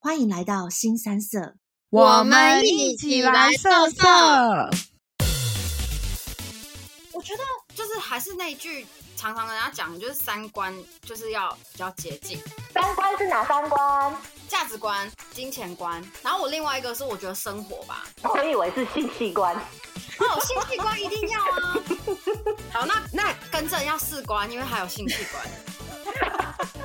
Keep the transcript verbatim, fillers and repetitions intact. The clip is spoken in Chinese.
欢迎来到新三色， 我们一起来色色。 我觉得就是还是那一句常常跟人家讲，就是三观就是要比较接近。 三观是哪三观？ 价值观、金钱观，然后我另外一个是我觉得生活吧。 我以为是性器官。 哦，性器官一定要啊。好，那那更正要四观，因为还有性器官。